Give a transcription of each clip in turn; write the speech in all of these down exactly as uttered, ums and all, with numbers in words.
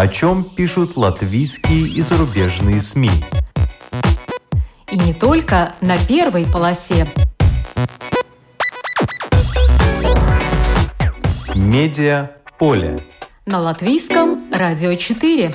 О чем пишут латвийские и зарубежные СМИ. И не только на первой полосе. Медиаполе. На Латвийском радио четыре.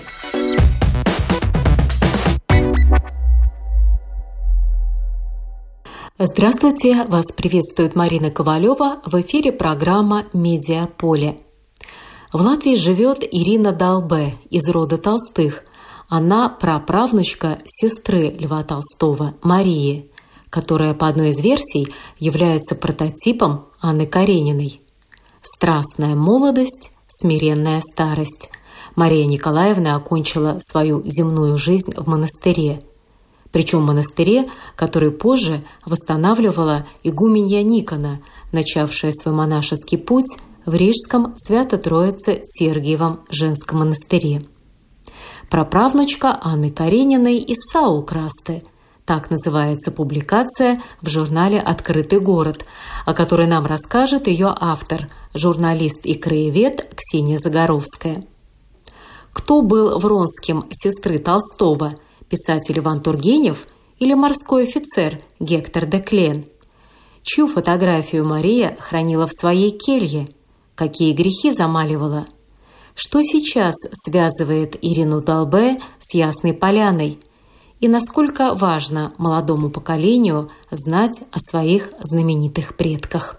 Здравствуйте! Вас приветствует Марина Ковалева. В эфире программа «Медиаполе». В Латвии живет Ирина Далбе из рода Толстых. Она праправнучка сестры Льва Толстого, Марии, которая, по одной из версий, является прототипом Анны Карениной. Страстная молодость, смиренная старость. Мария Николаевна окончила свою земную жизнь в монастыре. Причем в монастыре, который позже восстанавливала игуменья Никона, начавшая свой монашеский путь в Рижском Свято-Троице-Сергиевом женском монастыре. Праправнучка Анны Карениной из Саулкрасте. Так называется публикация в журнале «Открытый город», о которой нам расскажет ее автор, журналист и краевед Ксения Загоровская. Кто был Вронским сестры Толстого? Писатель Иван Тургенев или морской офицер Гектор де Клен? Чью фотографию Мария хранила в своей келье? Какие грехи замаливала? Что сейчас связывает Ирину Далбе с Ясной Поляной? И насколько важно молодому поколению знать о своих знаменитых предках?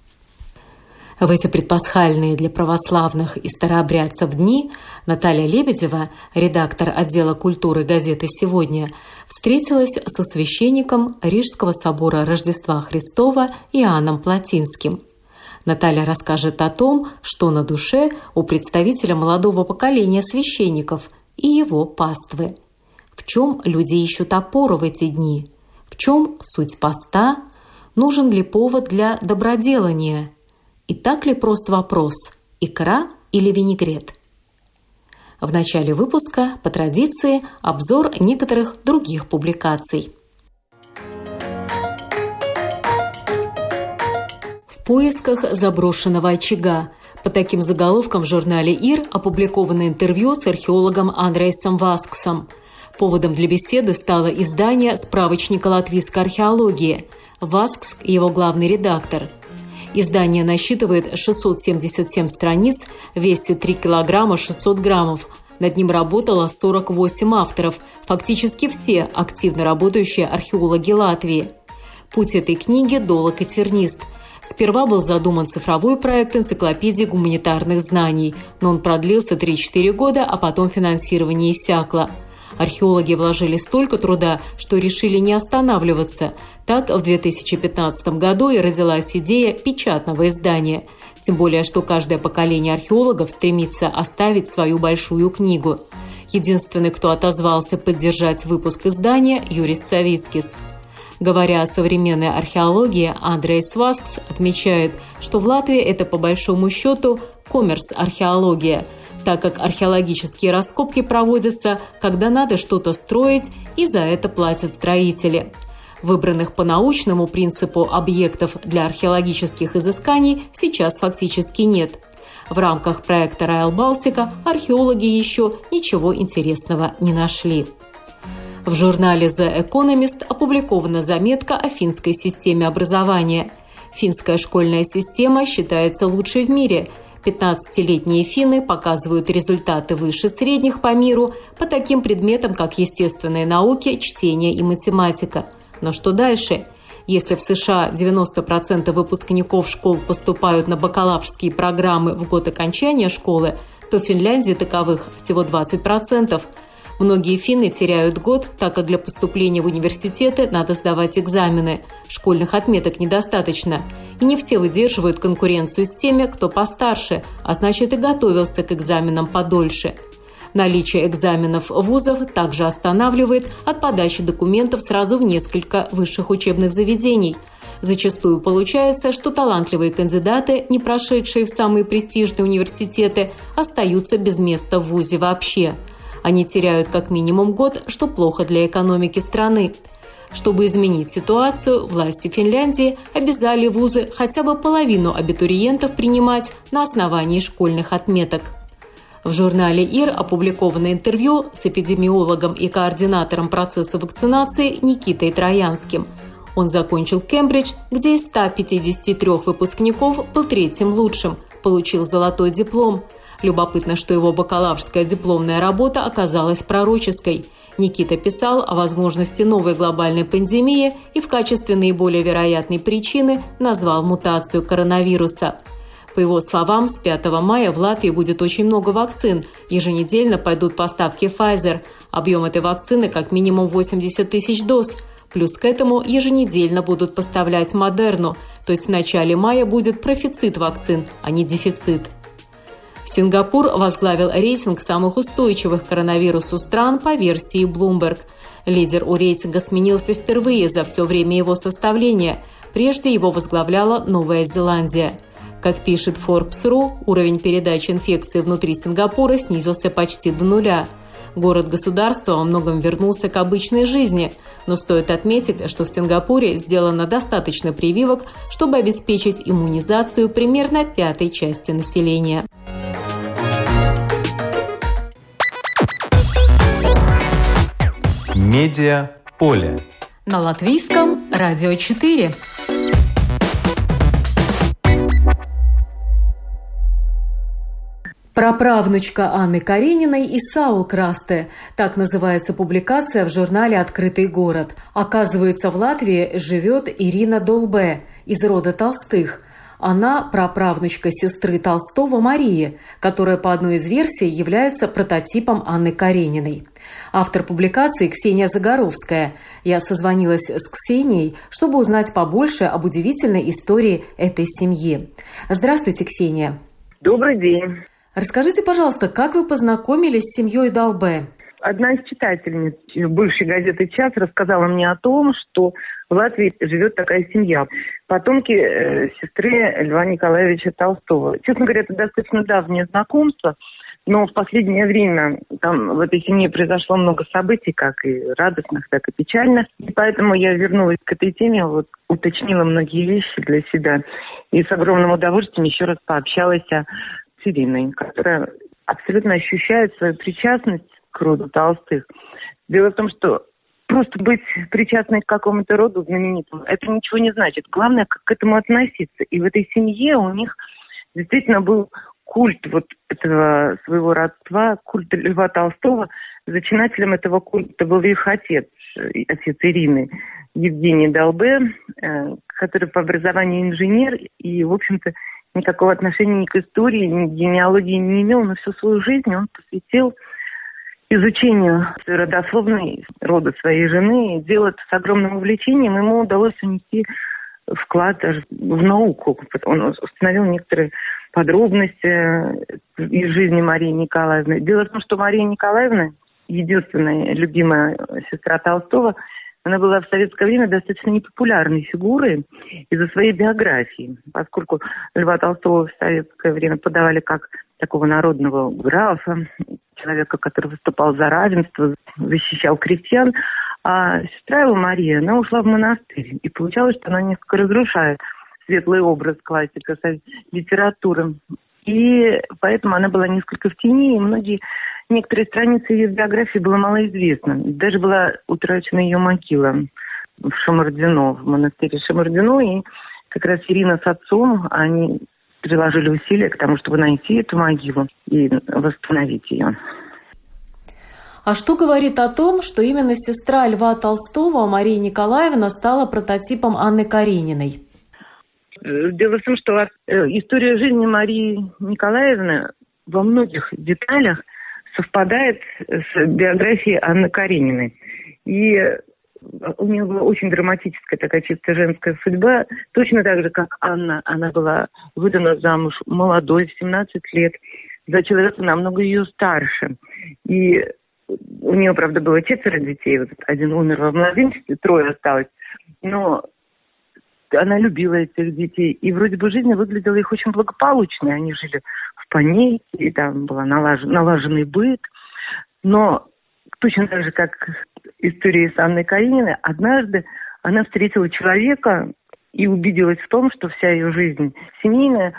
В эти предпасхальные для православных и старообрядцев дни Наталья Лебедева, редактор отдела культуры газеты «Сегодня», встретилась со священником Рижского собора Рождества Христова Иоанном Платинским. Наталья расскажет о том, что на душе у представителя молодого поколения священников и его паствы. В чем люди ищут опору в эти дни? В чем суть поста? Нужен ли повод для доброделания? И так ли прост вопрос – икра или винегрет? В начале выпуска, по традиции, обзор некоторых других публикаций. В поисках заброшенного очага. По таким заголовкам в журнале «Ир» опубликовано интервью с археологом Андрейсом Васксом. Поводом для беседы стало издание справочника латвийской археологии. Васкс – его главный редактор. Издание насчитывает шестьсот семьдесят семь страниц, весит три килограмма шестьсот граммов. Над ним работало сорок восемь авторов, фактически все активно работающие археологи Латвии. Путь этой книги долг и тернист. Сперва был задуман цифровой проект энциклопедии гуманитарных знаний, но он продлился три-четыре года, а потом финансирование иссякло. Археологи вложили столько труда, что решили не останавливаться. Так, в две тысячи пятнадцатом году и родилась идея печатного издания. Тем более, что каждое поколение археологов стремится оставить свою большую книгу. Единственный, кто отозвался поддержать выпуск издания – Юрис Савицкис. Говоря о современной археологии, Андрейс Васкс отмечает, что в Латвии это по большому счету коммерц-археология, так как археологические раскопки проводятся, когда надо что-то строить, и за это платят строители. Выбранных по научному принципу объектов для археологических изысканий сейчас фактически нет. В рамках проекта «Райл Балтика» археологи еще ничего интересного не нашли. В журнале The Economist опубликована заметка о финской системе образования. Финская школьная система считается лучшей в мире. пятнадцатилетние финны показывают результаты выше средних по миру по таким предметам, как естественные науки, чтение и математика. Но что дальше? Если в США девяносто процентов выпускников школ поступают на бакалаврские программы в год окончания школы, то в Финляндии таковых всего двадцать процентов. Многие финны теряют год, так как для поступления в университеты надо сдавать экзамены. Школьных отметок недостаточно. И не все выдерживают конкуренцию с теми, кто постарше, а значит и готовился к экзаменам подольше. Наличие экзаменов вузов также останавливает от подачи документов сразу в несколько высших учебных заведений. Зачастую получается, что талантливые кандидаты, не прошедшие в самые престижные университеты, остаются без места в вузе вообще. Они теряют как минимум год, что плохо для экономики страны. Чтобы изменить ситуацию, власти Финляндии обязали вузы хотя бы половину абитуриентов принимать на основании школьных отметок. В журнале «Ир» опубликовано интервью с эпидемиологом и координатором процесса вакцинации Никитой Троянским. Он закончил Кембридж, где из ста пятидесяти трёх выпускников был третьим лучшим, получил золотой диплом. Любопытно, что его бакалаврская дипломная работа оказалась пророческой. Никита писал о возможности новой глобальной пандемии и в качестве наиболее вероятной причины назвал мутацию коронавируса. По его словам, с пятого мая в Латвии будет очень много вакцин. Еженедельно пойдут поставки Pfizer. Объем этой вакцины как минимум восемьдесят тысяч доз. Плюс к этому еженедельно будут поставлять Модерну. То есть в начале мая будет профицит вакцин, а не дефицит. Сингапур возглавил рейтинг самых устойчивых к коронавирусу стран по версии Bloomberg. Лидер у рейтинга сменился впервые за все время его составления. Прежде его возглавляла Новая Зеландия. Как пишет Forbes точка ру, уровень передачи инфекции внутри Сингапура снизился почти до нуля. Город-государство во многом вернулся к обычной жизни, но стоит отметить, что в Сингапуре сделано достаточно прививок, чтобы обеспечить иммунизацию примерно пятой части населения. Медиа поле. На латвийском радио четыре. Праправнучка Анны Карениной и Саул Красте. Так называется публикация в журнале «Открытый город». Оказывается, в Латвии живет Ирина Долбе из рода Толстых. Она праправнучка сестры Толстого Марии, которая по одной из версий является прототипом Анны Карениной. Автор публикации Ксения Загоровская. Я созвонилась с Ксенией, чтобы узнать побольше об удивительной истории этой семьи. Здравствуйте, Ксения. Добрый день. Расскажите, пожалуйста, как вы познакомились с семьей Долбе? Одна из читательниц бывшей газеты «Час» рассказала мне о том, что в Латвии живет такая семья. Потомки э, сестры Льва Николаевича Толстого. Честно говоря, это достаточно давнее знакомство, но в последнее время там в этой семье произошло много событий, как и радостных, так и печальных. И поэтому я вернулась к этой теме, вот, уточнила многие вещи для себя. И с огромным удовольствием еще раз пообщалась с Ириной, которая абсолютно ощущает свою причастность к роду Толстых. Дело в том, что просто быть причастной к какому-то роду знаменитому, это ничего не значит. Главное, как к этому относиться. И в этой семье у них действительно был культ вот этого своего родства, культ Льва Толстого. Зачинателем этого культа был их отец, отец Ирины, Евгений Долбе, который по образованию инженер и, в общем-то, никакого отношения ни к истории, ни к генеалогии не имел, но всю свою жизнь он посвятил изучению родословной рода своей жены, и делал это с огромным увлечением. Ему удалось унести вклад даже в науку. Он установил некоторые подробности из жизни Марии Николаевны. Дело в том, что Мария Николаевна, единственная любимая сестра Толстого, она была в советское время достаточно непопулярной фигурой из-за своей биографии, поскольку Льва Толстого в советское время подавали как такого народного графа, человека, который выступал за равенство, защищал крестьян. А сестра его, Мария, она ушла в монастырь. И получалось, что она несколько разрушает светлый образ классика литературы. И поэтому она была несколько в тени, и многие, некоторые страницы ее биографии было малоизвестно. Даже была утрачена ее могила в Шамардино, в монастыре Шамардино, и как раз Ирина с отцом, они приложили усилия к тому, чтобы найти эту могилу и восстановить ее. А что говорит о том, что именно сестра Льва Толстого, Мария Николаевна, стала прототипом Анны Карениной? Дело в том, что история жизни Марии Николаевны во многих деталях совпадает с биографией Анны Карениной. И у нее была очень драматическая такая чисто женская судьба. Точно так же, как Анна, она была выдана замуж молодой, в семнадцать лет, за человека намного ее старше. И у нее, правда, было четверо детей. Вот один умер во младенчестве, трое осталось. Но она любила этих детей. И вроде бы жизнь выглядела их очень благополучной. Они жили в поместье, и там был налажен, налаженный быт. Но точно так же, как история с Анной Карениной, однажды она встретила человека и убедилась в том, что вся ее жизнь семейная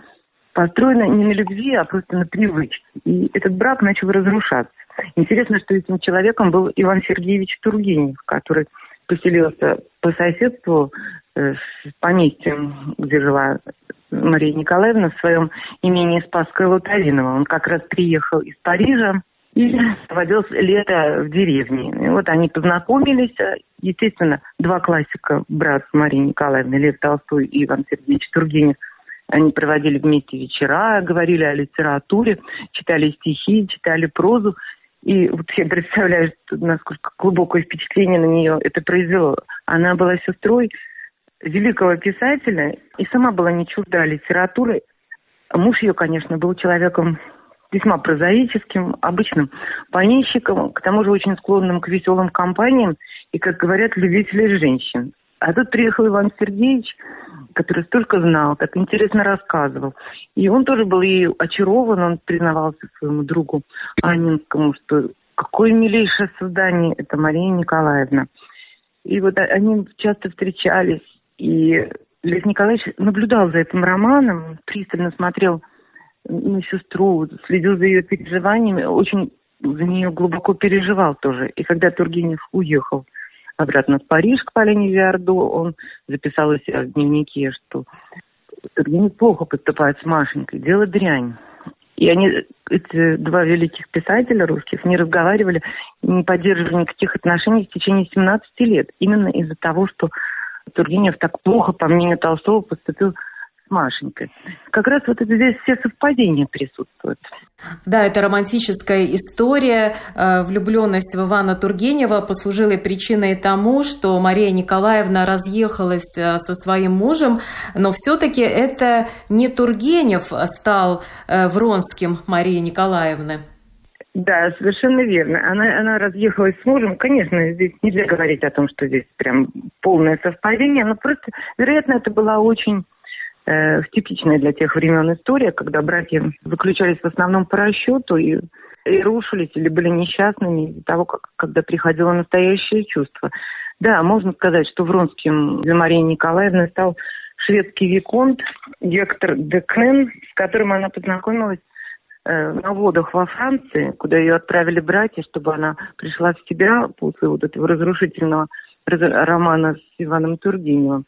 построена не на любви, а просто на привычке. И этот брак начал разрушаться. Интересно, что этим человеком был Иван Сергеевич Тургенев, который поселился по соседству с поместьем, где жила Мария Николаевна, в своем имении Спасское Лотариново. Он как раз приехал из Парижа и проводил лето в деревне. И вот они познакомились. Естественно, два классика, брат Марии Николаевны, Лев Толстой и Иван Сергеевич Тургенев, они проводили вместе вечера, говорили о литературе, читали стихи, читали прозу. И вот я представляю, насколько глубокое впечатление на нее это произвело. Она была сестрой великого писателя и сама была не чужда литературы. Муж ее, конечно, был человеком весьма прозаическим, обычным помещиком, к тому же очень склонным к веселым компаниям и, как говорят, любителей женщин. А тут приехал Иван Сергеевич, который столько знал, так интересно рассказывал. И он тоже был ею очарован, он признавался своему другу Анинскому, что какое милейшее создание это Мария Николаевна. И вот они часто встречались, и Лев Николаевич наблюдал за этим романом, пристально смотрел на сестру, следил за ее переживаниями, очень за нее глубоко переживал тоже. И когда Тургенев уехал обратно в Париж к Полине Виардо, он записал у себя в дневнике, что Тургенев плохо поступает с Машенькой, дело дрянь. И они, эти два великих писателя русских, не разговаривали, не поддерживали никаких отношений в течение семнадцати лет. Именно из-за того, что Тургенев так плохо, по мнению Толстого, поступил с Машенькой. Как раз вот это здесь все совпадения присутствуют. Да, это романтическая история. Влюбленность в Ивана Тургенева послужила причиной тому, что Мария Николаевна разъехалась со своим мужем, но все-таки это не Тургенев стал Вронским Марии Николаевны. Да, совершенно верно. Она, она разъехалась с мужем. Конечно, здесь нельзя говорить о том, что здесь прям полное совпадение, но просто, вероятно, это была очень э, типичная для тех времен история, когда браки заключались в основном по расчету и, и рушились или были несчастными из-за того, как, когда приходило настоящее чувство. Да, можно сказать, что Вронским для Марии Николаевны стал шведский виконт Гектор де Крен, с которым она познакомилась на водах во Франции, куда ее отправили братья, чтобы она пришла в себя после вот этого разрушительного романа с Иваном Тургеневым.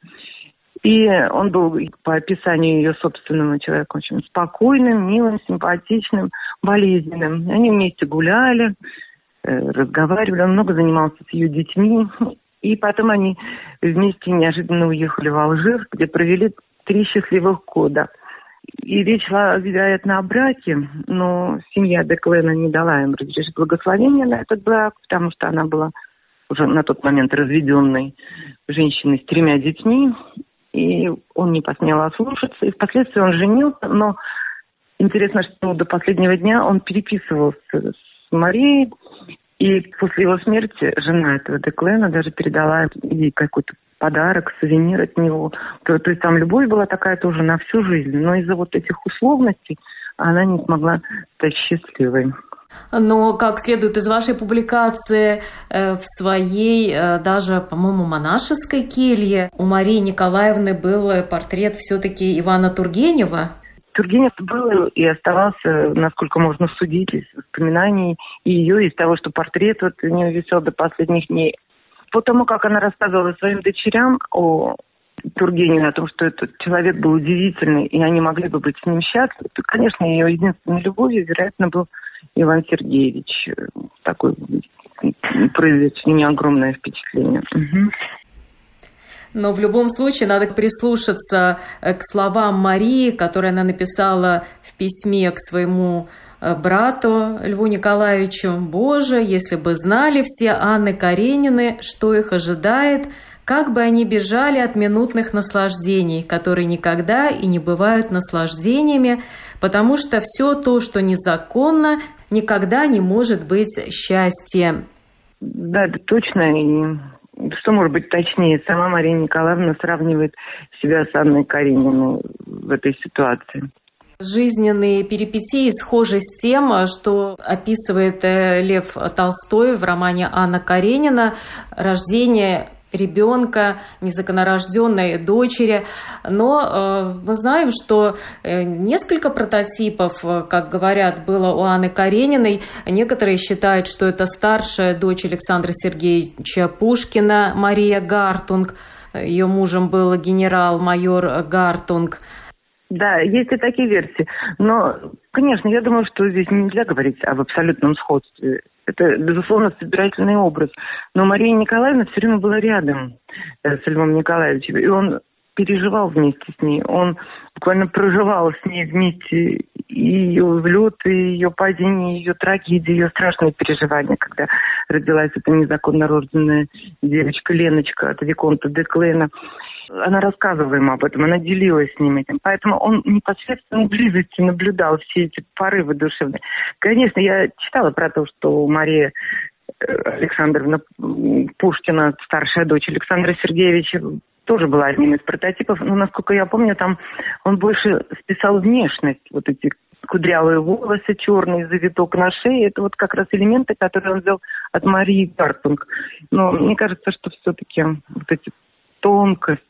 И он был, по описанию ее собственного человека, очень спокойным, милым, симпатичным, болезненным. Они вместе гуляли, разговаривали, он много занимался с ее детьми. И потом они вместе неожиданно уехали в Алжир, где провели три счастливых года. И речь шла, вероятно, о браке, но семья де Клена не дала им разрешить благословение на этот брак, потому что она была уже на тот момент разведенной женщиной с тремя детьми, и он не посмел ослушаться, и впоследствии он женился, но интересно, что до последнего дня он переписывался с Марией, и после его смерти жена этого де Клена даже передала ей какой-то подарок, сувенир от него. То, то есть там любовь была такая тоже на всю жизнь. Но из-за вот этих условностей она не смогла стать счастливой. Но, как следует из вашей публикации, в своей даже, по-моему, монашеской келье у Марии Николаевны был портрет все-таки Ивана Тургенева. Тургенев был и оставался, насколько можно судить, из воспоминаний и ее, из того, что портрет вот у нее висел до последних дней. По тому, как она рассказывала своим дочерям о Тургеневе, о том, что этот человек был удивительный, и они могли бы быть с ним счастливы, то, конечно, ее единственной любовью, вероятно, был Иван Сергеевич. Такой произвел на меня огромное впечатление. Угу. Но в любом случае надо прислушаться к словам Марии, которые она написала в письме к своему брату Льву Николаевичу. «Боже, если бы знали все Анны Каренины, что их ожидает, как бы они бежали от минутных наслаждений, которые никогда и не бывают наслаждениями, потому что все то, что незаконно, никогда не может быть счастьем». Да, это точно. И что может быть точнее? Сама Мария Николаевна сравнивает себя с Анной Карениной в этой ситуации. Жизненные перипетии схожи с тем, что описывает Лев Толстой в романе «Анна Каренина». Рождение ребенка, незаконнорожденной дочери. Но э, мы знаем, что э, несколько прототипов, э, как говорят, было у Анны Карениной. Некоторые считают, что это старшая дочь Александра Сергеевича Пушкина, Мария Гартунг. Ее мужем был генерал-майор Гартунг. Да, есть и такие версии. Но, конечно, я думаю, что здесь нельзя говорить об абсолютном сходстве. Это, безусловно, собирательный образ. Но Мария Николаевна все время была рядом с Львом Николаевичем. И он переживал вместе с ней. Он буквально проживал с ней вместе и ее взлеты, и ее падение, и ее трагедии, ее страшные переживания, когда родилась эта незаконно рожденная девочка Леночка от виконта де Клена. Она рассказывала ему об этом, она делилась с ним этим. Поэтому он непосредственно в близости наблюдал все эти порывы душевные. Конечно, я читала про то, что Мария Александровна Пушкина, старшая дочь Александра Сергеевича, тоже была одним из прототипов. Но, насколько я помню, там он больше списал внешность. Вот эти кудрявые волосы, черный завиток на шее. Это вот как раз элементы, которые он взял от Марии Гартунг. Но мне кажется, что все-таки вот эти тонкости,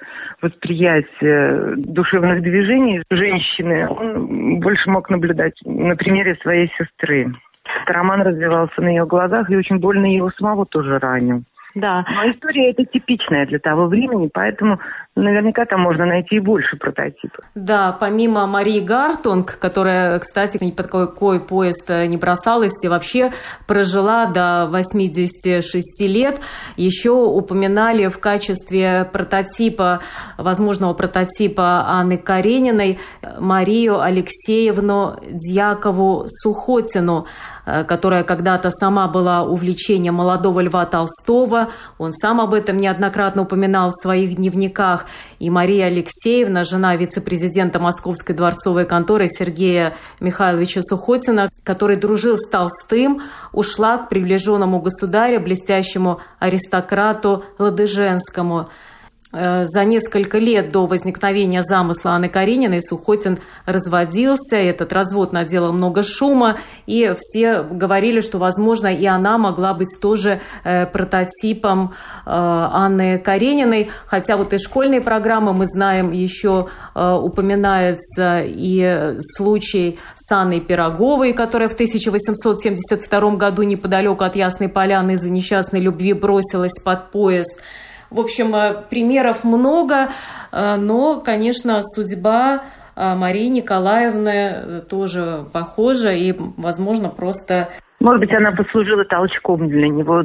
восприятие душевных движений женщины он больше мог наблюдать на примере своей сестры. Роман развивался на ее глазах, и очень больно его самого тоже ранил. Да. Но история эта типичная для того времени, поэтому наверняка там можно найти и больше прототипов. Да, помимо Марии Гартунг, которая, кстати, ни под какой поезд не бросалась и вообще прожила до восьмидесяти шести лет, еще упоминали в качестве прототипа, возможного прототипа Анны Карениной, Марию Алексеевну Дьякову-Сухотину, которая когда-то сама была увлечением молодого Льва Толстого. Он сам об этом неоднократно упоминал в своих дневниках. И Мария Алексеевна, жена вице-президента Московской дворцовой конторы Сергея Михайловича Сухотина, который дружил с Толстым, ушла к приближенному государю, блестящему аристократу Ладыженскому. За несколько лет до возникновения замысла Анны Карениной Сухотин разводился. Этот развод наделал много шума, и все говорили, что, возможно, и она могла быть тоже прототипом Анны Карениной. Хотя вот из школьной программы мы знаем, еще упоминается и случай с Анной Пироговой, которая в тысяча восемьсот семьдесят втором году неподалеку от Ясной Поляны из-за несчастной любви бросилась под поезд. В общем, примеров много, но, конечно, судьба Марии Николаевны тоже похожа и, возможно, просто... Может быть, она послужила толчком для него,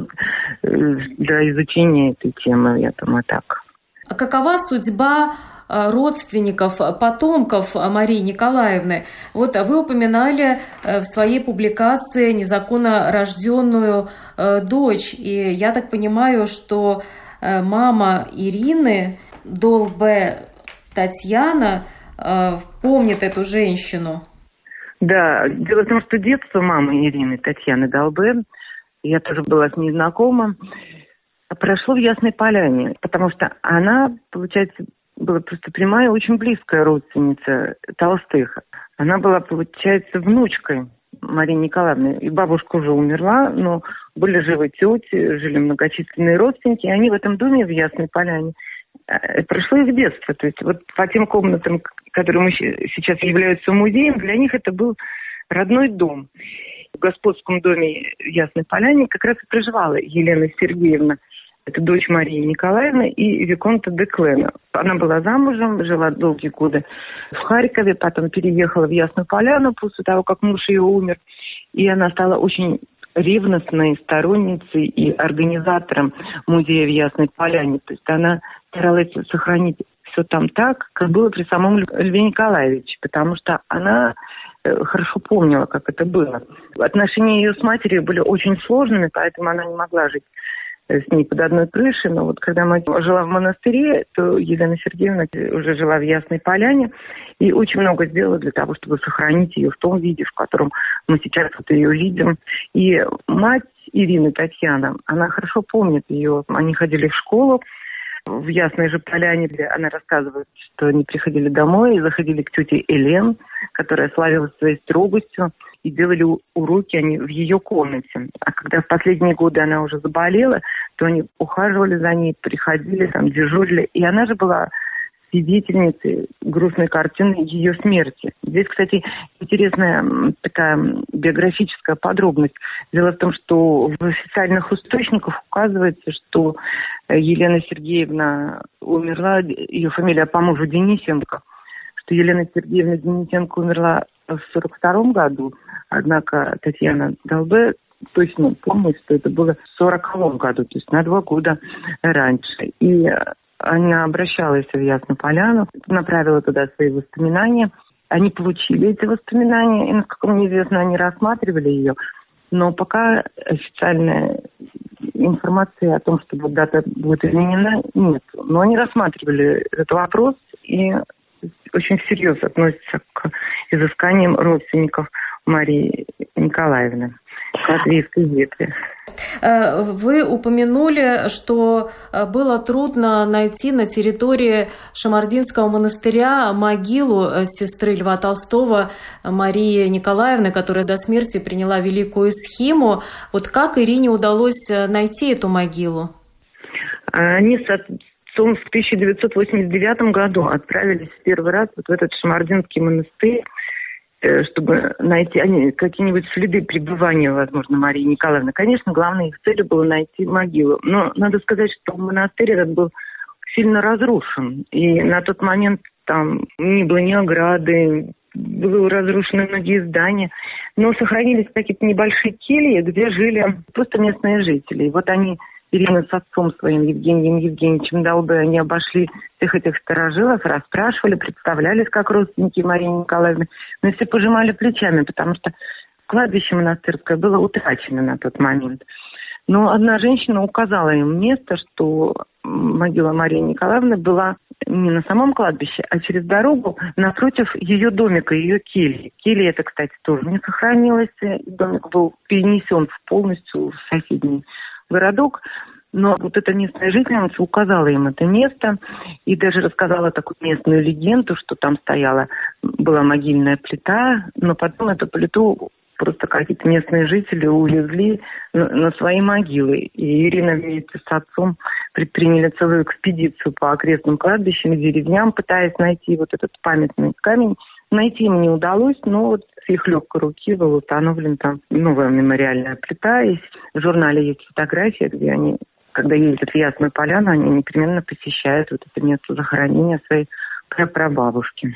для изучения этой темы, я думаю, так. А какова судьба родственников, потомков Марии Николаевны? Вот вы упоминали в своей публикации незаконно рожденную дочь, и я так понимаю, что мама Ирины, Долбе Татьяна, помнит эту женщину. Да, дело в том, что детство мамы Ирины, Татьяны Долбе, я тоже была с ней знакома, прошло в Ясной Поляне, потому что она, получается, была просто прямая, очень близкая родственница Толстых. Она была, получается, внучкой Марии Николаевны. И бабушка уже умерла, но были живы тети, жили многочисленные родственники, и они в этом доме в Ясной Поляне. Прошло их детство. То есть вот по тем комнатам, которые мы сейчас являются музеем, для них это был родной дом. В господском доме в Ясной Поляне как раз и проживала Елена Сергеевна. Это дочь Марии Николаевны и виконта де Клена. Она была замужем, жила долгие годы в Харькове, потом переехала в Ясную Поляну после того, как муж ее умер. И она стала очень ревностной сторонницей и организатором музея в Ясной Поляне. То есть она старалась сохранить все там так, как было при самом Льве Николаевиче, потому что она хорошо помнила, как это было. Отношения ее с матерью были очень сложными, поэтому она не могла жить с ней под одной крышей. Но вот когда мать жила в монастыре, то Елена Сергеевна уже жила в Ясной Поляне и очень много сделала для того, чтобы сохранить ее в том виде, в котором мы сейчас вот ее видим. И мать Ирины, Татьяна, она хорошо помнит ее. Они ходили в школу в Ясной же Поляне, где она рассказывает, что они приходили домой и заходили к тете Элен, которая славилась своей строгостью, и делали уроки они в ее комнате. А когда в последние годы она уже заболела, то они ухаживали за ней, приходили, там, дежурили. И она же была свидетельницей грустной картины ее смерти. Здесь, кстати, интересная такая биографическая подробность. Дело в том, что в официальных источниках указывается, что Елена Сергеевна умерла, ее фамилия по мужу Денисенко, что Елена Сергеевна Денисенко умерла в сорок втором году, однако Татьяна Далбе точно помнит, что это было в сороковом году, то есть на два года раньше. И она обращалась в Ясную Поляну, направила туда свои воспоминания. Они получили эти воспоминания, и, насколько мне известно, они рассматривали ее. Но пока официальной информации о том, что вот дата будет изменена, нет. Но они рассматривали этот вопрос и очень всерьез относятся к изысканиям родственников Марии Николаевны, к латвийской ветви. Вы упомянули, что было трудно найти на территории Шамардинского монастыря могилу сестры Льва Толстого Марии Николаевны, которая до смерти приняла великую схиму. Вот как Ирине удалось найти эту могилу? Они с отцом в тысяча девятьсот восемьдесят девятом году отправились в первый раз вот в этот Шамардинский монастырь, чтобы найти они, какие-нибудь следы пребывания, возможно, Марии Николаевны. Конечно, главной их целью было найти могилу. Но надо сказать, что монастырь этот был сильно разрушен. И на тот момент там не было ни ограды, были разрушены многие здания. Но сохранились какие-то небольшие кельи, где жили просто местные жители. И вот они, Ирина с отцом своим, Евгением Евгеньевичем Далбе, они обошли всех этих старожилов, расспрашивали, представлялись как родственники Марии Николаевны. Но все пожимали плечами, потому что кладбище монастырское было утрачено на тот момент. Но одна женщина указала им место, что могила Марии Николаевны была не на самом кладбище, а через дорогу напротив ее домика, ее кельи. Келья эта, кстати, тоже не сохранилась. Домик был перенесен полностью в соседний городок, но вот эта местная жительница указала им это место и даже рассказала такую местную легенду, что там стояла, была могильная плита, но потом эту плиту просто какие-то местные жители увезли на, на свои могилы. И Ирина вместе с отцом предприняли целую экспедицию по окрестным кладбищам, деревням, пытаясь найти вот этот памятный камень. Найти им не удалось, но вот с их легкой руки была установлена там новая мемориальная плита. И в журнале есть фотография, где они, когда ездят в Ясную Поляну, они непременно посещают вот это место захоронения своей прапрабабушки.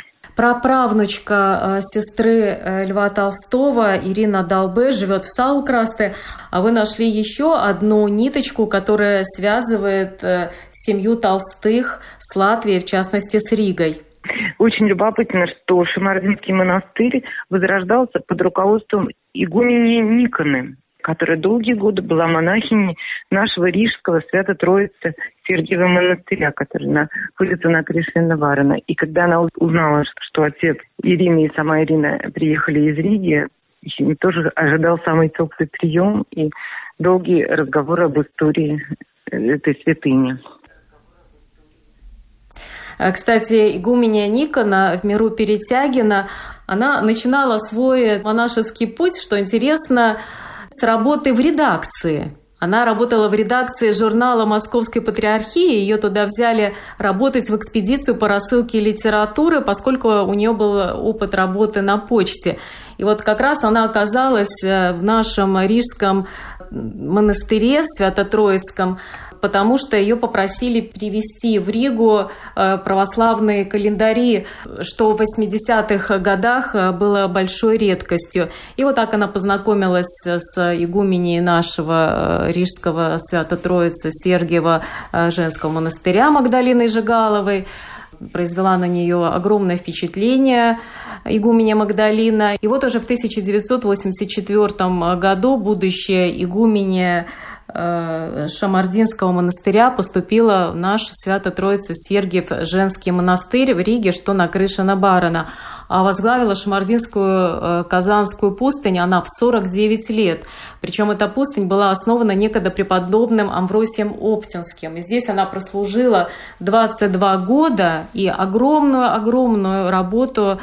Праправнучка сестры Льва Толстого Ирина Далбе живет в Саукрасте, а вы нашли еще одну ниточку, которая связывает семью Толстых с Латвией, в частности, с Ригой. Очень любопытно, что Шамардинский монастырь возрождался под руководством игумени Никоны, которая долгие годы была монахиней нашего Рижского Свято-Троицы Сергиева монастыря, который находится на Кришвена Варена. И когда она узнала, что отец Ирины и сама Ирина приехали из Риги, им тоже ожидал самый теплый прием и долгие разговоры об истории этой святыни. Кстати, игуменья Никона в миру Перетягина, она начинала свой монашеский путь, что интересно, с работы в редакции. Она работала в редакции журнала Московской Патриархии, ее туда взяли работать в экспедицию по рассылке литературы, поскольку у нее был опыт работы на почте. И вот как раз она оказалась в нашем рижском монастыре Свято-Троицком, потому что ее попросили привезти в Ригу православные календари, что в восьмидесятых годах было большой редкостью. И вот так она познакомилась с игуменей нашего рижского Свято-Троицы Сергиева женского монастыря Магдалиной Жигаловой. Произвела на нее огромное впечатление игуменья Магдалина. И вот уже в тысяча девятьсот восемьдесят четвёртом году будущая игуменья Шамардинского монастыря поступила в наш Свято-Троице-Сергиев женский монастырь в Риге, что на Крышина Барана. А возглавила Шамардинскую Казанскую пустынь она в сорок девять лет. Причем эта пустынь была основана некогда преподобным Амвросием Оптинским. И здесь она прослужила двадцать два года и огромную-огромную работу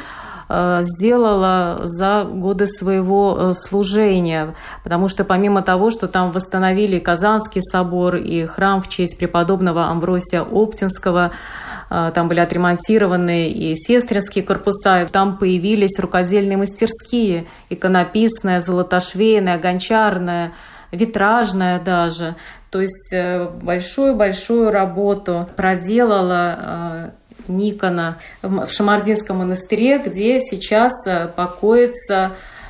сделала за годы своего служения, потому что помимо того, что там восстановили Казанский собор и храм в честь преподобного Амвросия Оптинского, там были отремонтированы и сестринские корпуса, там появились рукодельные мастерские, иконописная, золотошвейная, гончарная, витражная даже. То есть большую-большую работу проделала Никона в Шамардинском монастыре, где сейчас покоится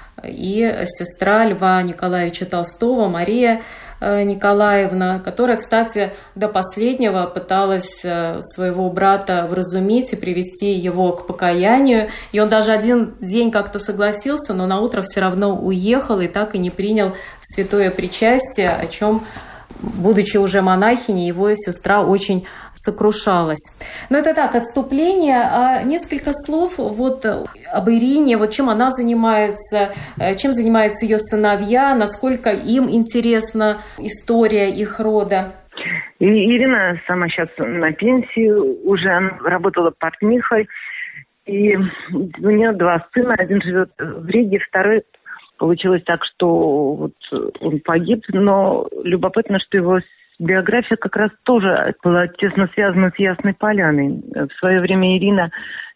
и сестра Льва Николаевича Толстого, Мария Николаевна, которая, кстати, до последнего пыталась своего брата вразумить и привести его к покаянию. И он даже один день как-то согласился, но на утро все равно уехал и так и не принял святое причастие, о чем, будучи уже монахиней, его сестра очень сокрушалась. Но это так, отступление. А несколько слов вот об Ирине, вот чем она занимается, чем занимаются ее сыновья, насколько им интересна история их рода. И Ирина сама сейчас на пенсии, уже она работала портнихой, и у нее два сына, один живет в Риге, второй получилось так, что вот он погиб, но любопытно, что его биография как раз тоже была тесно связана с Ясной Поляной. В свое время Ирина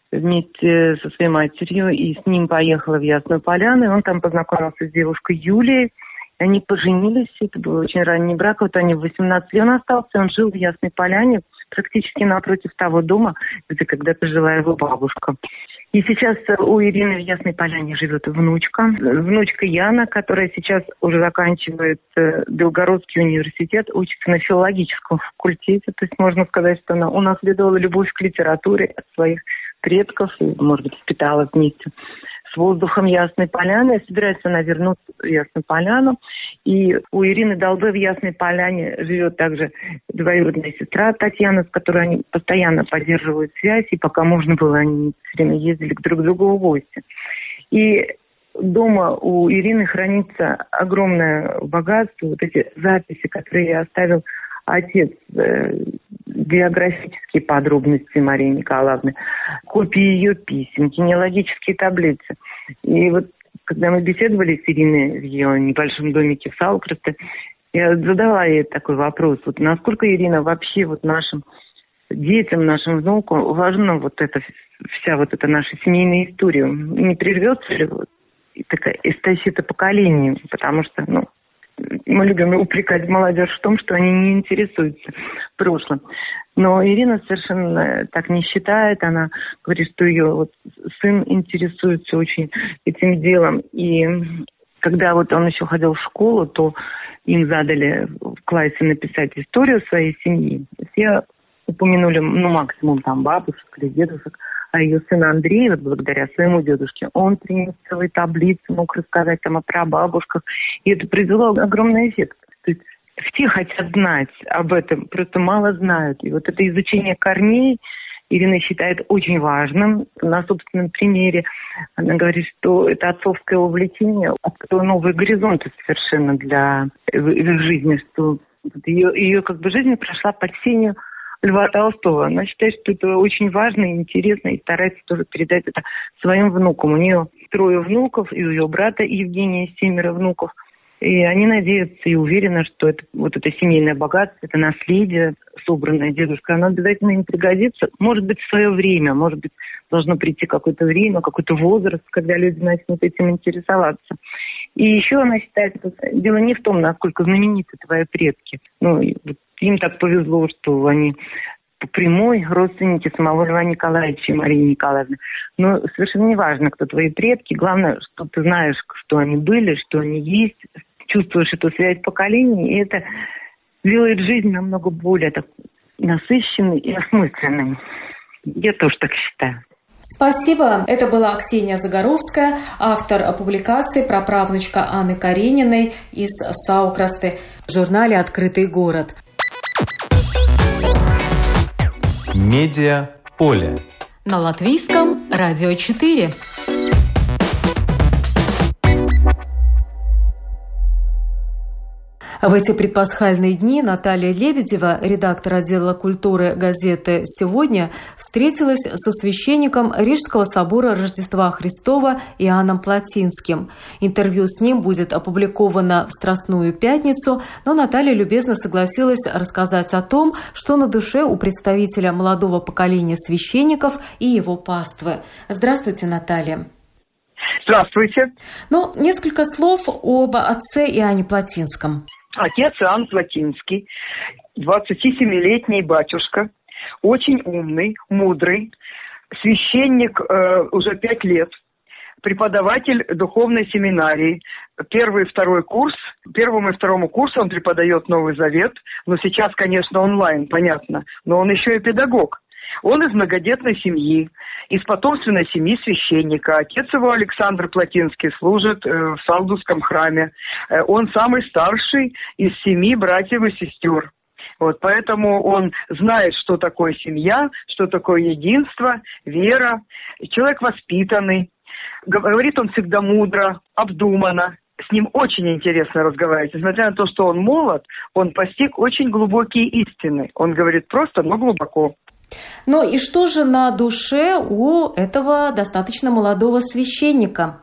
вместе со своей матерью и с ним поехала в Ясную Поляну, и он там познакомился с девушкой Юлией. Они поженились, это был очень ранний брак, вот они в восемнадцать лет он остался, он жил в Ясной Поляне, практически напротив того дома, где когда-то жила его бабушка. И сейчас у Ирины в Ясной Поляне живет внучка. Внучка Яна, которая сейчас уже заканчивает Белгородский университет, учится на филологическом факультете. То есть можно сказать, что она унаследовала любовь к литературе от своих предков и, может быть, впитала вместе с воздухом Ясной Поляны. Собирается она вернуться в Ясную Поляну. И у Ирины Долбы в Ясной Поляне живет также двоюродная сестра Татьяна, с которой они постоянно поддерживают связь. И пока можно было, они все время ездили к друг другу в гости. И дома у Ирины хранится огромное богатство, вот эти записи, которые оставил отец, э, биографические подробности Марии Николаевны, копии ее писем, генеалогические таблицы. И вот когда мы беседовали с Ириной в ее небольшом домике в Салкресте, я задала ей такой вопрос, вот насколько Ирина вообще вот нашим детям, нашим внукам важна вот эта вся вот эта наша семейная история. Не прервется ли вот такая эстафета поколений, потому что, ну, мы любим упрекать молодежь в том, что они не интересуются прошлым. Но Ирина совершенно так не считает. Она говорит, что ее вот сын интересуется очень этим делом. И когда вот он еще ходил в школу, то им задали в классе написать историю своей семьи. Все упомянули, ну, максимум там бабушек или дедушек. А ее сын Андрей, вот благодаря своему дедушке, он принес целые таблицы, мог рассказать там о прабабушках. И это произвело огромный эффект. То есть все хотят знать об этом, просто мало знают. И вот это изучение корней Ирина считает очень важным. На собственном примере она говорит, что это отцовское увлечение открыло новые горизонты совершенно для их жизни, что ее, ее как бы жизнь прошла под сенью Льва Толстого. Она считает, что это очень важно и интересно, и старается тоже передать это своим внукам. У нее трое внуков, и у ее брата Евгения семеро внуков. И они надеются и уверены, что это, вот это семейное богатство, это наследие, собранное дедушкой, оно обязательно им пригодится. Может быть, в свое время, может быть, должно прийти какое-то время, какой-то возраст, когда люди начнут этим интересоваться. И еще она считает, что дело не в том, насколько знамениты твои предки. Ну, им так повезло, что они прямой родственники самого Льва Николаевича и Марии Николаевны. Но совершенно не важно, кто твои предки. Главное, что ты знаешь, что они были, что они есть, чувствуешь эту связь поколений, и это делает жизнь намного более так насыщенной и осмысленной. Я тоже так считаю. Спасибо. Это была Ксения Загоровская, автор публикации «Праправнучка Анны Карениной» из Саукрасты в журнале «Открытый город». Медиаполе. На Латвийском радио четыре. В эти предпасхальные дни Наталья Лебедева, редактор отдела культуры газеты «Сегодня», встретилась со священником Рижского собора Рождества Христова Иоанном Платинским. Интервью с ним будет опубликовано в Страстную пятницу, но Наталья любезно согласилась рассказать о том, что на душе у представителя молодого поколения священников и его паствы. Здравствуйте, Наталья. Здравствуйте. Ну, несколько слов об отце Иоанне Платинском. Отец Иоанн Платинский, двадцатисемилетний батюшка, очень умный, мудрый, священник э, уже пять лет, преподаватель духовной семинарии. Первый и второй курс, первому и второму курсу он преподает Новый Завет, но сейчас, конечно, онлайн, понятно, но он еще и педагог. Он из многодетной семьи, из потомственной семьи священника. Отец его, Александр Платинский, служит э, в Салдусском храме. Э, он самый старший из семи братьев и сестер. Вот, поэтому он знает, что такое семья, что такое единство, вера. Человек воспитанный. Говорит он всегда мудро, обдуманно. С ним очень интересно разговаривать. Несмотря на то, что он молод, он постиг очень глубокие истины. Он говорит просто, но глубоко. Ну и что же на душе у этого достаточно молодого священника?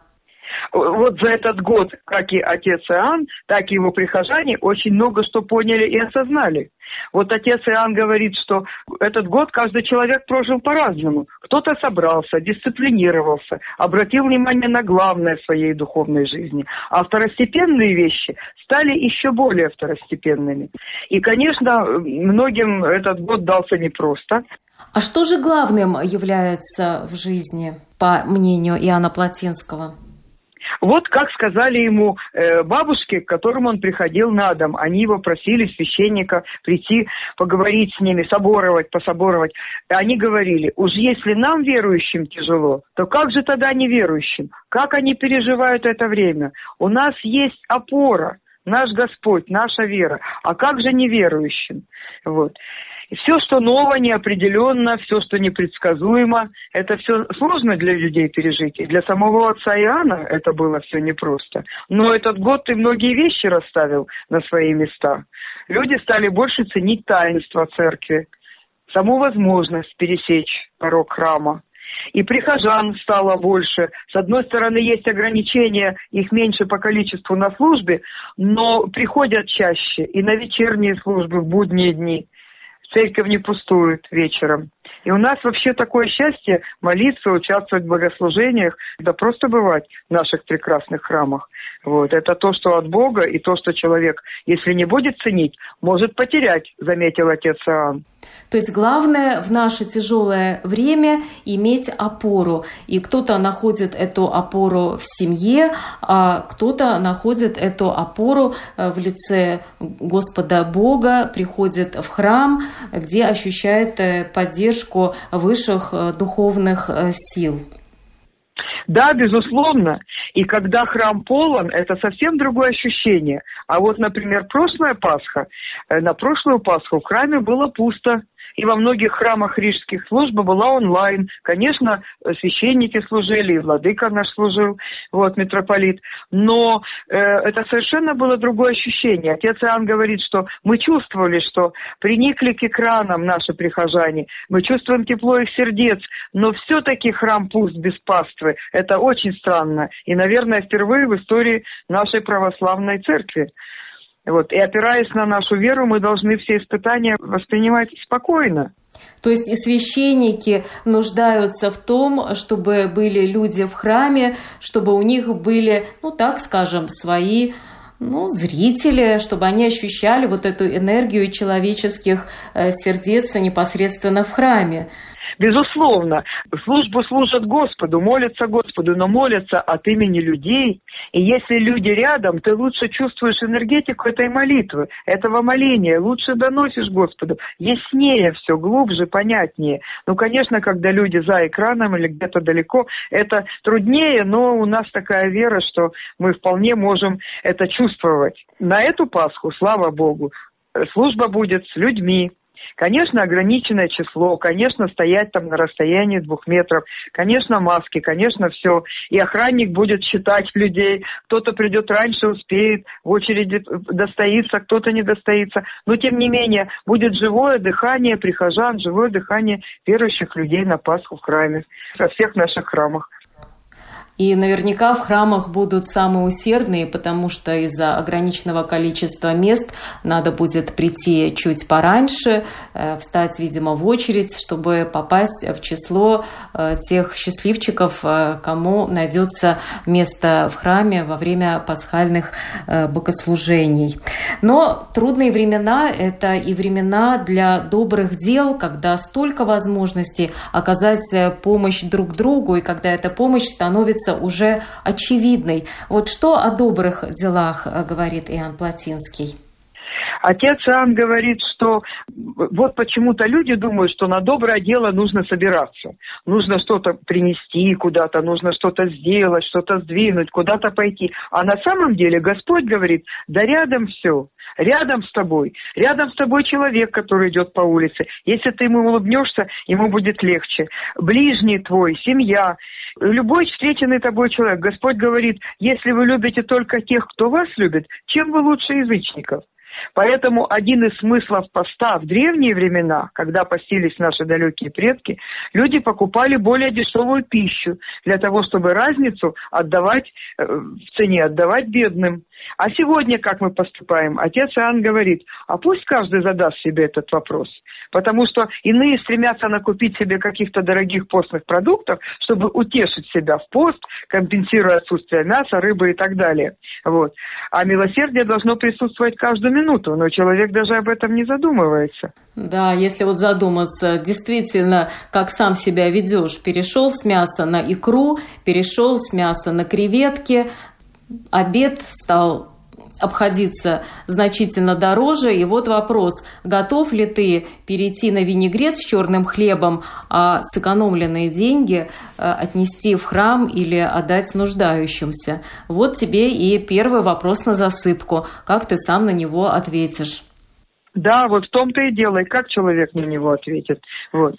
Вот за этот год, как и отец Иоанн, так и его прихожане очень много что поняли и осознали. Вот отец Иоанн говорит, что этот год каждый человек прожил по-разному. Кто-то собрался, дисциплинировался, обратил внимание на главное в своей духовной жизни. А второстепенные вещи стали еще более второстепенными. И, конечно, многим этот год дался непросто. А что же главным является в жизни, по мнению Иоанна Платинского? Вот как сказали ему э, бабушки, к которым он приходил на дом. Они его просили, священника, прийти, поговорить с ними, соборовать, пособоровать. И они говорили, уж если нам, верующим, тяжело, то как же тогда неверующим? Как они переживают это время? У нас есть опора, наш Господь, наша вера. А как же неверующим? Вот. И все, что ново, неопределенно, все, что непредсказуемо, это все сложно для людей пережить. И для самого отца Иоанна это было все непросто. Но этот год и многие вещи расставил на свои места. Люди стали больше ценить таинство церкви, саму возможность пересечь порог храма. И прихожан стало больше. С одной стороны, есть ограничения, их меньше по количеству на службе, но приходят чаще и на вечерние службы, в будние дни. Церковь не пустует вечером. И у нас вообще такое счастье молиться, участвовать в богослужениях, да просто бывать в наших прекрасных храмах. Вот. Это то, что от Бога, и то, что человек, если не будет ценить, может потерять, заметил отец Иоанн. То есть главное в наше тяжелое время иметь опору. И кто-то находит эту опору в семье, а кто-то находит эту опору в лице Господа Бога, приходит в храм, где ощущает поддержку высших духовных сил. Да, безусловно. И когда храм полон, это совсем другое ощущение. А вот, например, прошлая Пасха, на прошлую Пасху в храме было пусто. И во многих храмах рижских служба была онлайн. Конечно, священники служили, и владыка наш служил, вот, митрополит. Но э, это совершенно было другое ощущение. Отец Иоанн говорит, что мы чувствовали, что приникли к экранам наши прихожане. Мы чувствуем тепло их сердец. Но все-таки храм пуст без паствы. Это очень странно. И, наверное, впервые в истории нашей православной церкви. Вот. И опираясь на нашу веру, мы должны все испытания воспринимать спокойно. То есть и священники нуждаются в том, чтобы были люди в храме, чтобы у них были, ну так скажем, свои ну, зрители, чтобы они ощущали вот эту энергию человеческих сердец непосредственно в храме. Безусловно, службу служат Господу, молятся Господу, но молятся от имени людей. И если люди рядом, ты лучше чувствуешь энергетику этой молитвы, этого моления, лучше доносишь Господу. Яснее все, глубже, понятнее. Ну, конечно, когда люди за экраном или где-то далеко, это труднее, но у нас такая вера, что мы вполне можем это чувствовать. На эту Пасху, слава Богу, служба будет с людьми. Конечно, ограниченное число, конечно, стоять там на расстоянии двух метров, конечно, маски, конечно, все. И охранник будет считать людей, кто-то придет раньше, успеет, в очереди достоится, кто-то не достоится. Но, тем не менее, будет живое дыхание прихожан, живое дыхание верующих людей на Пасху в храме, во всех наших храмах. И наверняка в храмах будут самые усердные, потому что из-за ограниченного количества мест надо будет прийти чуть пораньше, встать, видимо, в очередь, чтобы попасть в число тех счастливчиков, кому найдется место в храме во время пасхальных богослужений. Но трудные времена – это и времена для добрых дел, когда столько возможностей оказать помощь друг другу, и когда эта помощь становится уже очевидной. Вот что о добрых делах говорит Иоанн Плотинский? Отец Иоанн говорит, что вот почему-то люди думают, что на доброе дело нужно собираться. Нужно что-то принести куда-то, нужно что-то сделать, что-то сдвинуть, куда-то пойти. А на самом деле Господь говорит, да рядом все. Рядом с тобой. Рядом с тобой человек, который идет по улице. Если ты ему улыбнешься, ему будет легче. Ближний твой, семья, любой встреченный тобой человек. Господь говорит, если вы любите только тех, кто вас любит, чем вы лучше язычников? Поэтому один из смыслов поста в древние времена, когда постились наши далекие предки, люди покупали более дешевую пищу для того, чтобы разницу отдавать в цене, отдавать бедным. А сегодня как мы поступаем? Отец Иоанн говорит, а пусть каждый задаст себе этот вопрос. Потому что иные стремятся накупить себе каких-то дорогих постных продуктов, чтобы утешить себя в пост, компенсируя отсутствие мяса, рыбы и так далее. Вот. А милосердие должно присутствовать каждую минуту, но человек даже об этом не задумывается. Да, если вот задуматься, действительно, как сам себя ведешь, перешел с мяса на икру, перешел с мяса на креветки, обед стал обходиться значительно дороже. И вот вопрос, готов ли ты перейти на винегрет с черным хлебом, а сэкономленные деньги отнести в храм или отдать нуждающимся? Вот тебе и первый вопрос на засыпку. Как ты сам на него ответишь? Да, вот в том-то и дело, и как человек на него ответит. Вот.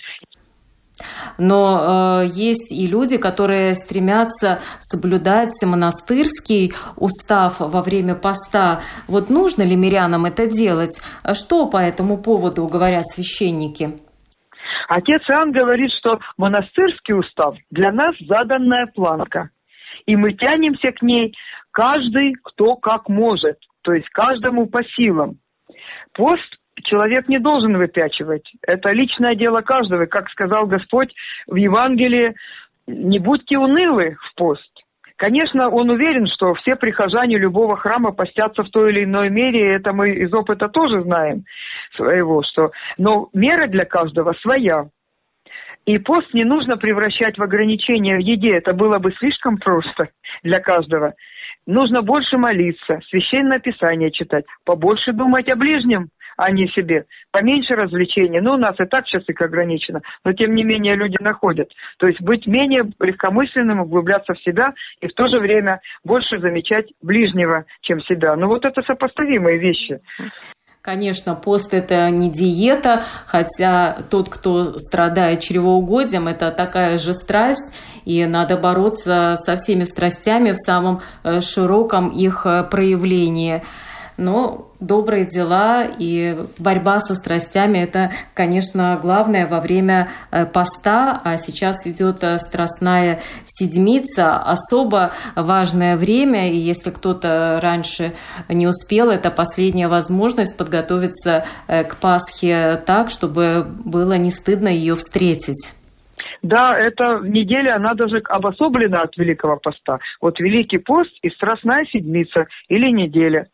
Но э, есть и люди, которые стремятся соблюдать монастырский устав во время поста. Вот нужно ли мирянам это делать? Что по этому поводу говорят священники? Отец Иоанн говорит, что монастырский устав для нас заданная планка. И мы тянемся к ней каждый, кто как может. То есть каждому по силам. Пост человек не должен выпячивать. Это личное дело каждого. Как сказал Господь в Евангелии, не будьте унылы в пост. Конечно, он уверен, что все прихожане любого храма постятся в той или иной мере, и это мы из опыта тоже знаем своего, что... но мера для каждого своя. И пост не нужно превращать в ограничение в еде, это было бы слишком просто для каждого. Нужно больше молиться, священное писание читать, побольше думать о ближнем, а не себе. Поменьше развлечений. Ну, у нас и так часик ограничено, но тем не менее люди находят. То есть быть менее легкомысленным, углубляться в себя и в то же время больше замечать ближнего, чем себя. Ну, вот это сопоставимые вещи. Конечно, пост – это не диета, хотя тот, кто страдает чревоугодием, это такая же страсть, и надо бороться со всеми страстями в самом широком их проявлении. Но добрые дела и борьба со страстями – это, конечно, главное во время поста, а сейчас идет Страстная Седмица, особо важное время, и если кто-то раньше не успел, это последняя возможность подготовиться к Пасхе так, чтобы было не стыдно ее встретить. Да, эта неделя, она даже обособлена от Великого Поста. Вот Великий пост и Страстная Седмица или неделя.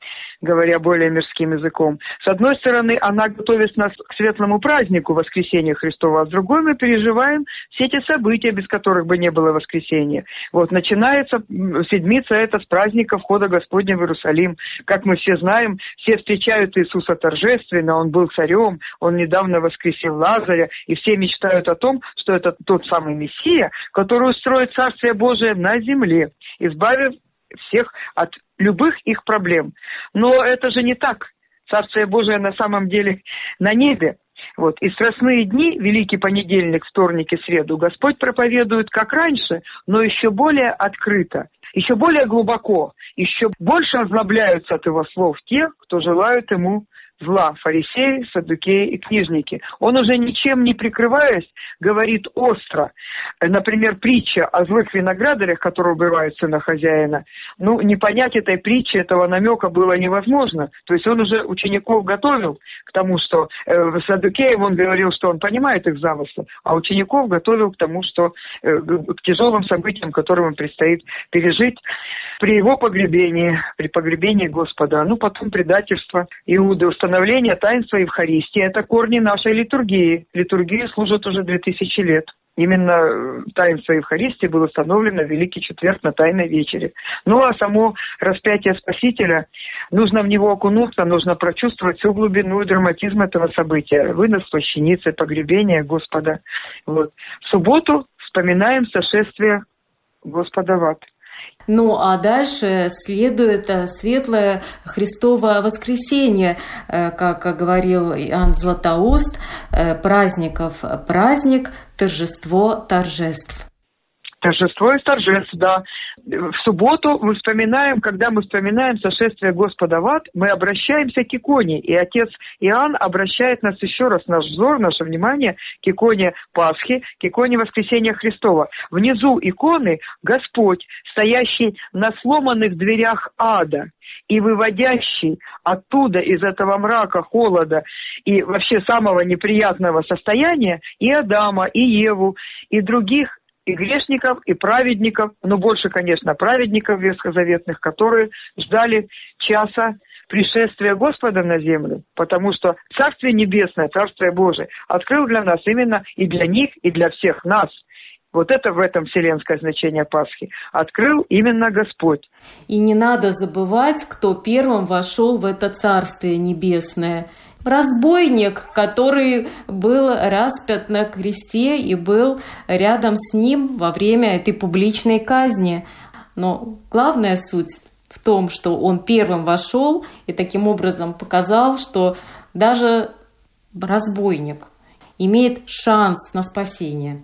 говоря более мирским языком. С одной стороны, она готовит нас к светлому празднику Воскресения Христова, а с другой мы переживаем все эти события, без которых бы не было воскресения. Вот, начинается седмица это с праздника входа Господня в Иерусалим. Как мы все знаем, все встречают Иисуса торжественно, Он был царем, Он недавно воскресил Лазаря, и все мечтают о том, что это тот самый Мессия, который устроит Царствие Божие на земле, избавив всех от любых их проблем. Но это же не так. Царствие Божие на самом деле на небе. Вот. И страстные дни, Великий понедельник, вторник и среду, Господь проповедует как раньше, но еще более открыто, еще более глубоко, еще больше озлобляются от Его слов те, кто желают Ему зла, фарисеи, саддукеи и книжники. Он уже ничем не прикрываясь, говорит остро. Например, притча о злых виноградарях, которые убивают сына хозяина. Ну, не понять этой притчи, этого намека было невозможно. То есть он уже учеников готовил к тому, что э, саддукеев он говорил, что он понимает их замыслы, а учеников готовил к тому, что э, к тяжелым событиям, которым им предстоит пережить при его погребении, при погребении Господа. Ну, потом предательство Иуды, установление таинства Евхаристии. Это корни нашей литургии. Литургии служат уже две тысячи лет. Именно таинство Евхаристии было установлено в Великий Четверг на Тайной Вечере. Ну, а само распятие Спасителя, нужно в него окунуться, нужно прочувствовать всю глубину и драматизм этого события. Вынос плащаницы, погребение Господа. Вот. В субботу вспоминаем сошествие Господа в ад. Ну, а дальше следует светлое Христово воскресенье, как говорил Иоанн Златоуст, праздников праздник, торжество торжеств. Торжество из торжеств, да. В субботу мы вспоминаем, когда мы вспоминаем сошествие Господа в ад, мы обращаемся к иконе. И отец Иоанн обращает нас еще раз, наш взор, наше внимание к иконе Пасхи, к иконе Воскресения Христова. Внизу иконы Господь, стоящий на сломанных дверях ада и выводящий оттуда, из этого мрака, холода и вообще самого неприятного состояния и Адама, и Еву, и других, и грешников, и праведников, но больше, конечно, праведников ветхозаветных, которые ждали часа пришествия Господа на землю, потому что Царствие Небесное, Царствие Божие открыл для нас именно и для них, и для всех нас. Вот это в этом вселенское значение Пасхи. Открыл именно Господь. И не надо забывать, кто первым вошел в это Царствие Небесное. Разбойник, который был распят на кресте и был рядом с ним во время этой публичной казни. Но главная суть в том, что он первым вошел и таким образом показал, что даже разбойник имеет шанс на спасение.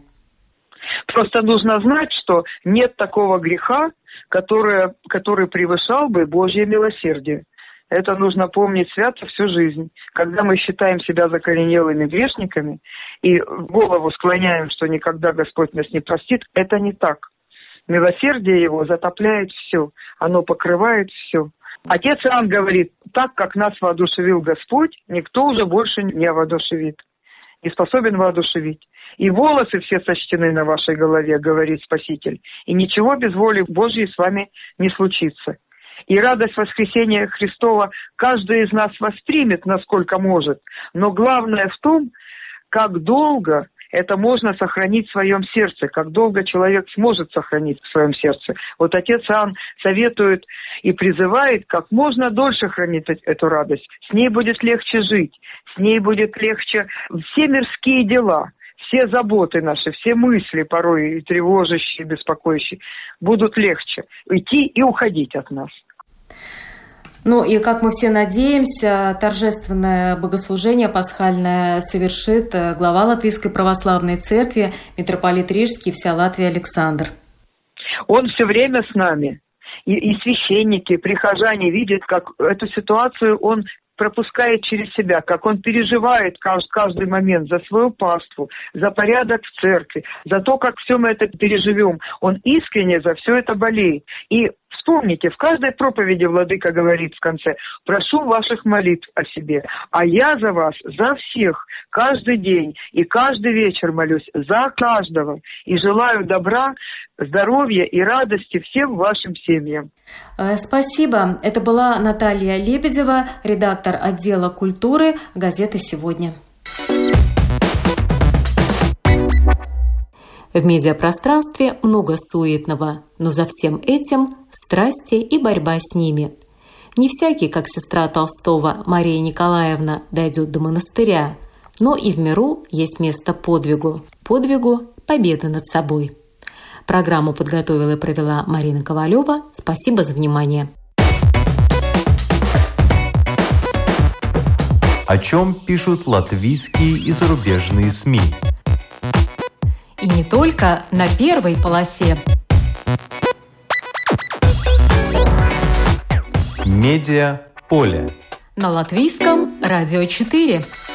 Просто нужно знать, что нет такого греха, который, который превышал бы Божье милосердие. Это нужно помнить свято всю жизнь. Когда мы считаем себя закоренелыми грешниками и голову склоняем, что никогда Господь нас не простит, это не так. Милосердие Его затопляет все, оно покрывает все. Отец Иоанн говорит, так как нас воодушевил Господь, никто уже больше не воодушевит, не способен воодушевить. И волосы все сочтены на вашей голове, говорит Спаситель, и ничего без воли Божьей с вами не случится. И радость воскресения Христова каждый из нас воспримет, насколько может. Но главное в том, как долго это можно сохранить в своем сердце, как долго человек сможет сохранить в своем сердце. Вот отец Иоанн советует и призывает как можно дольше хранить эту радость. С ней будет легче жить, с ней будет легче все мирские дела. Все заботы наши, все мысли, порой и тревожащие, и беспокоящие, будут легче идти и уходить от нас. Ну и, как мы все надеемся, торжественное богослужение пасхальное совершит глава Латвийской православной церкви, митрополит Рижский, вся Латвия Александр. Он все время с нами. И, и священники, прихожане видят, как эту ситуацию он пропускает через себя, как он переживает каждый момент за свою паству, за порядок в церкви, за то, как все мы это переживем. Он искренне за все это болеет. И Вспомните, в каждой проповеди владыка говорит в конце: «Прошу ваших молитв о себе, а я за вас, за всех, каждый день и каждый вечер молюсь за каждого и желаю добра, здоровья и радости всем вашим семьям». Спасибо. Это была Наталья Лебедева, редактор отдела культуры газеты «Сегодня». В медиапространстве много суетного, но за всем этим страсти и борьба с ними. Не всякий, как сестра Толстого Мария Николаевна, дойдет до монастыря, но и в миру есть место подвигу, подвигу победы над собой. Программу подготовила и провела Марина Ковалева. Спасибо за внимание. О чем пишут латвийские и зарубежные СМИ? И не только на первой полосе. Медиа поле. На Латвийском радио четыре.